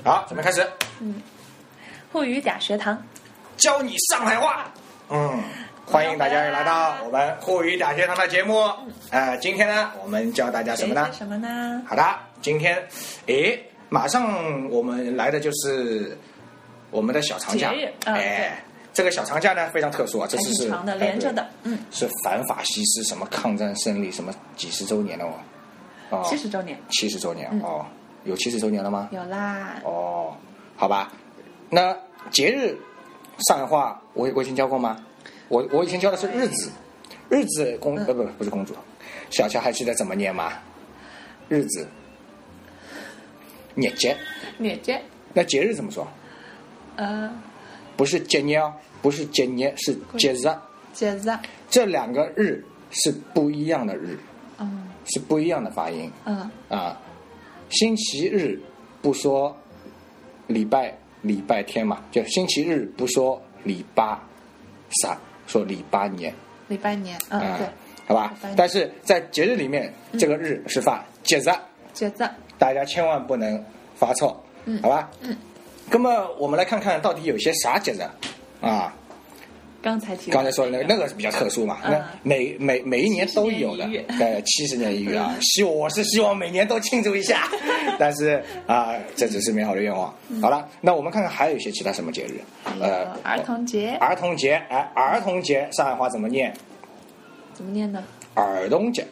好，准备开始。 沪语嗲学堂， 教你上海话。欢迎大家来到我们沪语嗲学堂的节目。今天呢，我们教大家什么呢？ 什么呢？ 好的，今天，马上我们来的就是我们的小长假。这个小长假呢非常特殊啊，这次是长的连着的， 是反法西斯什么抗战胜利什么几十周年了 70周年 ，70周年哦，有70周年了吗？ 有啦。 哦，好吧，那节日上海话我以前教过吗？我以前教的是日子，不是公主，小乔还记得怎么念吗？日子，日节，那节日怎么说？不是节日，不是节日，是节日。这两个日是不一样的日，是不一样的发音。星期日不说礼拜天嘛，就星期日不说礼拜啥，说礼拜年。 对， 好吧。但是在节日里面，这个日是发节日，大家千万不能发错，好吧？那么我们来看看到底有些啥节日啊？ 刚才说的那个比较特殊嘛，那每一年都有的，70年一遇啊，我是希望每年都庆祝一下，但是这只是美好的愿望。好了，那我们看看还有一些其他什么节日？ 儿童节， 儿童节上海话怎么念？ 怎么念呢？ 儿童节，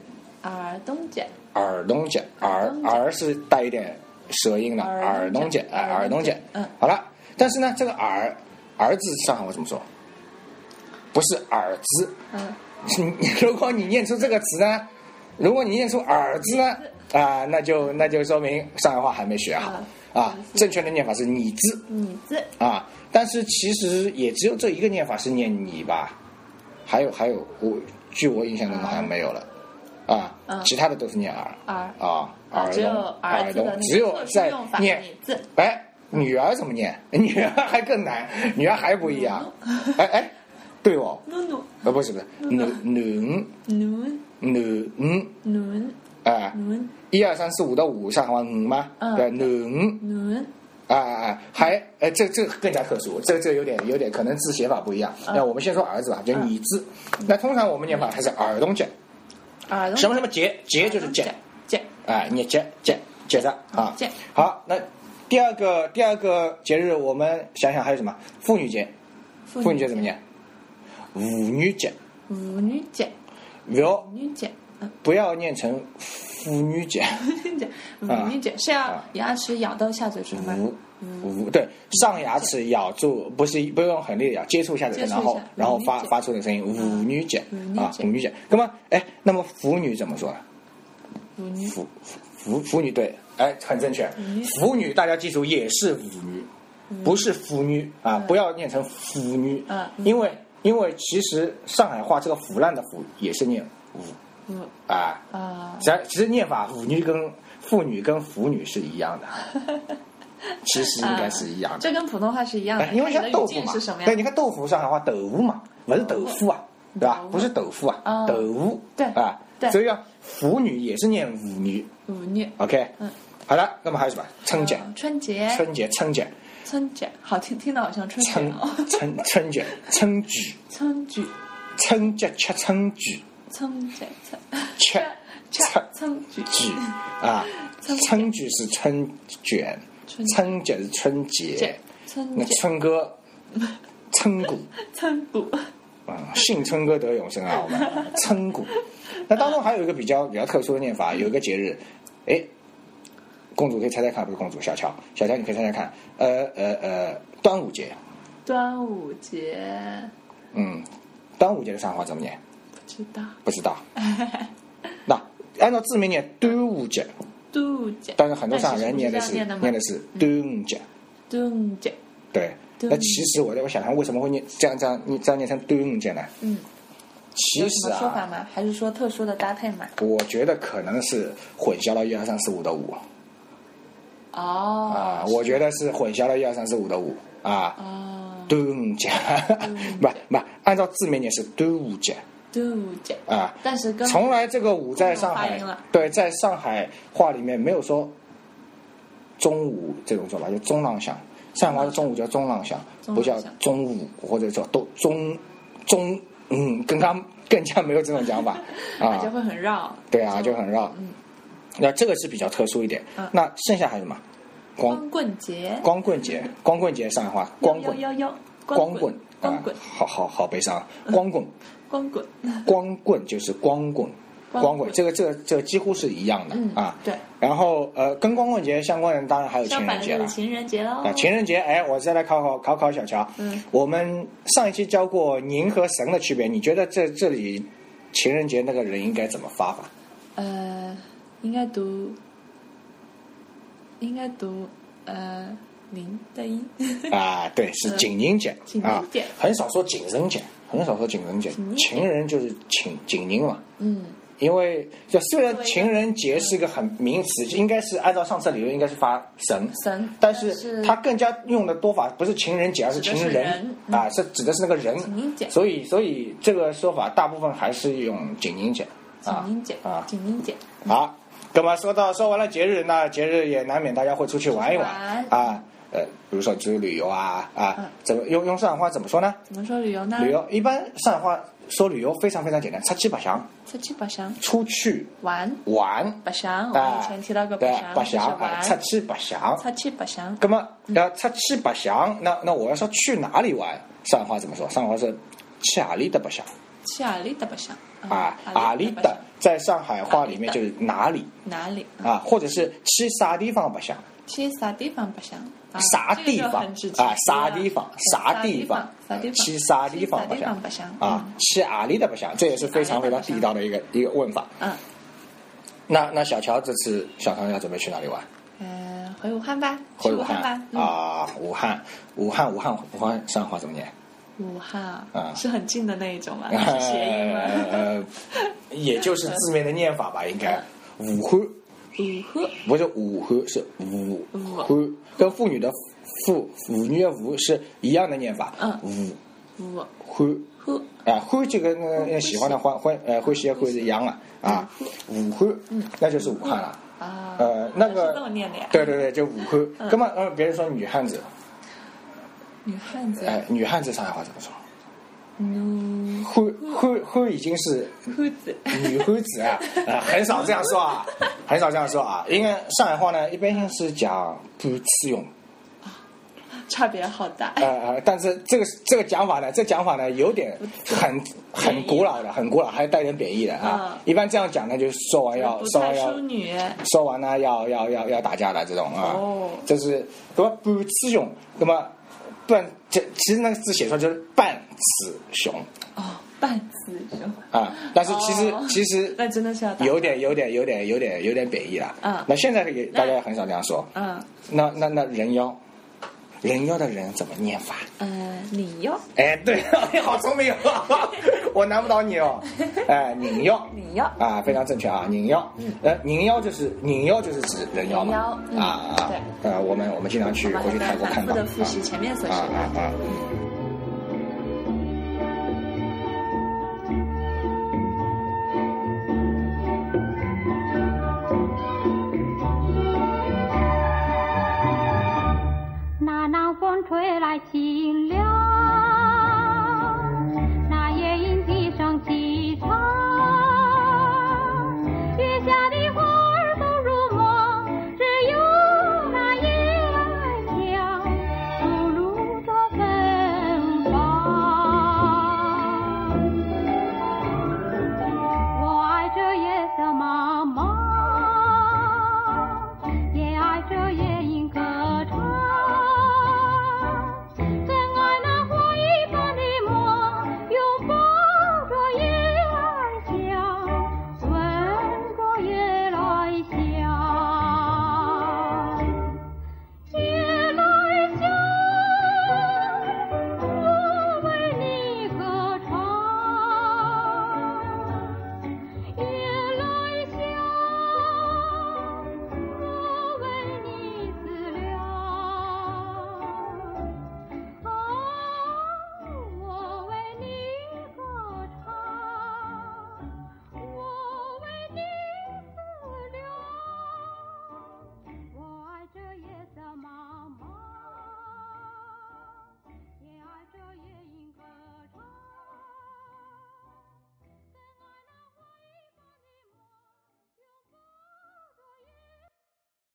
儿是带一点舌音的，儿童节，好了，但是呢，这个儿字上海话怎么说？不是耳字，如果你念出这个词呢，如果你念出耳字呢，那就说明上海话还没学好正确的念法是你字但是其实也只有这一个念法是念你吧，还有据我印象中好像没有了其他的都是念只有儿子的只有在念字。 女儿怎么念？女儿还更难，女儿还不一样。对哦，不是nun，1、2、3、4、5的5上海话吗？对，nun，这更加特殊，这有点可能字写法不一样。那我们先说儿子吧，就你字。那通常我们念法还是儿童节，什么节就是节，你节日啊。好，那第二个节日我们想想还有什么？妇女节，妇女节怎么念？妇女节，不要念成妇女节， 妇女节是要牙齿咬到下嘴唇吗？ 对，上牙齿咬住，不用很力的咬，接触下嘴唇，然后发出的声音。妇女节妇女节。那么妇女怎么说呢？妇女对，很正确。妇女大家记住也是妇女，不是腐女不要念成腐女，因为其实上海话这个腐烂的腐也是念其实念法妇女跟腐女是一样的，其实应该是一样的。 这跟普通话是一样的， 因为像豆腐嘛，对，你看豆腐上海话豆腐嘛，不是豆腐对吧？不是豆腐豆腐对所以腐女也是念腐女。OK，好了，那么还有什么？春节， 好听的好像春节春节春举春节吃春举吃春举春举是春卷，春节是春节，那春歌春鼓信春歌得永生我们春鼓。那当中还有一个比较特殊的念法，有一个节日公主可以猜猜看，不是公主，小乔你可以猜猜看，端午节。 端午节的上海话怎么念？不知道。那按照字面念端午节，但是很多上海人念的是端午节。对。那其实我想看为什么会念这样念成端午节呢？其实有什么说法吗？还是说特殊的搭配吗？ 我觉得可能是混淆了1、2、3、4、5的5。我觉得是混淆了1、2、3、4、5的5端午节，不，按照字面念是端午节。 但是从来这个5在上海，对，在上海话里面没有说中午这种说法，就中浪响。上海话的中午叫中浪响，不叫中午或者说都中，更加没有这种讲法啊， 就会很绕。 对啊，就很绕。那这个是比较特殊一点。那剩下还有什么？ 光棍节。 光棍节上海话光棍。光棍。好悲伤。光棍就是光棍。这个几乎是一样的啊。 对。 然后跟光棍节相关的当然还有情人节了。 情人节喽。 情人节，我再来考小乔。我们上一期教过宁和神的区别，你觉得这里情人节那个人应该怎么发法？ 应该读宁的音。 对，是景宁节啊，很少说景人节，情人就是景宁嘛。因为就虽然情人节是个很名词，应该是按照上次理论应该是发神，但是它更加用的多法不是情人节，而是情人啊，是指的是那个人。所以这个说法大部分还是用景宁节啊。 景宁节。 好，那么说完了节日，那节日也难免大家会出去玩一玩啊。比如说出去旅游怎么用上海话怎么说呢？ 怎么说旅游呢？ 旅游一般上海话说旅游非常非常简单，出去白相，出去玩， 白相。我以前提到过白相， 出去白相。那么出去白相，那我要说去哪里玩，上海话怎么说？上海话是去哪里的白相。哪里的在上海话里面就是哪里或者是去啥地方白相。啥地方去啥地方白相去哪里的白相，这也是非常非常地道的一个问法。那小乔这次小唐要准备去哪里玩？ 回武汉吧。 回武汉吧。武汉上海话怎么念？ 武汉是很近的那一种吗？是谐音吗？ 也就是字面的念法吧，应该。武汉不是武汉，是武汉，跟妇女的妇女的妇是一样的念法。武汉欢就跟喜欢的欢喜的欢是一样的啊。武汉那就是武汉了那个是这么念的呀？ 对，就武汉。那么别人说女汉子女汉子上海话怎么说？汉已经是女汉子很少这样说啊。因为上海话呢，一般性是讲半次用， 差别好大。 但是这个讲法呢，有点很古老的，还带点贬义的啊。一般这样讲呢，就是说完要说完呢要打架的这种啊。这是那么半次用，那么其实那个字写出来就是半次熊。 半次熊但是其实那真的是要有点贬义了。那现在大家很少这样说。那人妖的人怎么念法？ 你妖。 对，你好聪明我难不倒你拧妖非常正确啊，拧妖。拧妖就是指人妖嘛。 对。 我们经常回去泰国看到。 反复的复习前面所说的。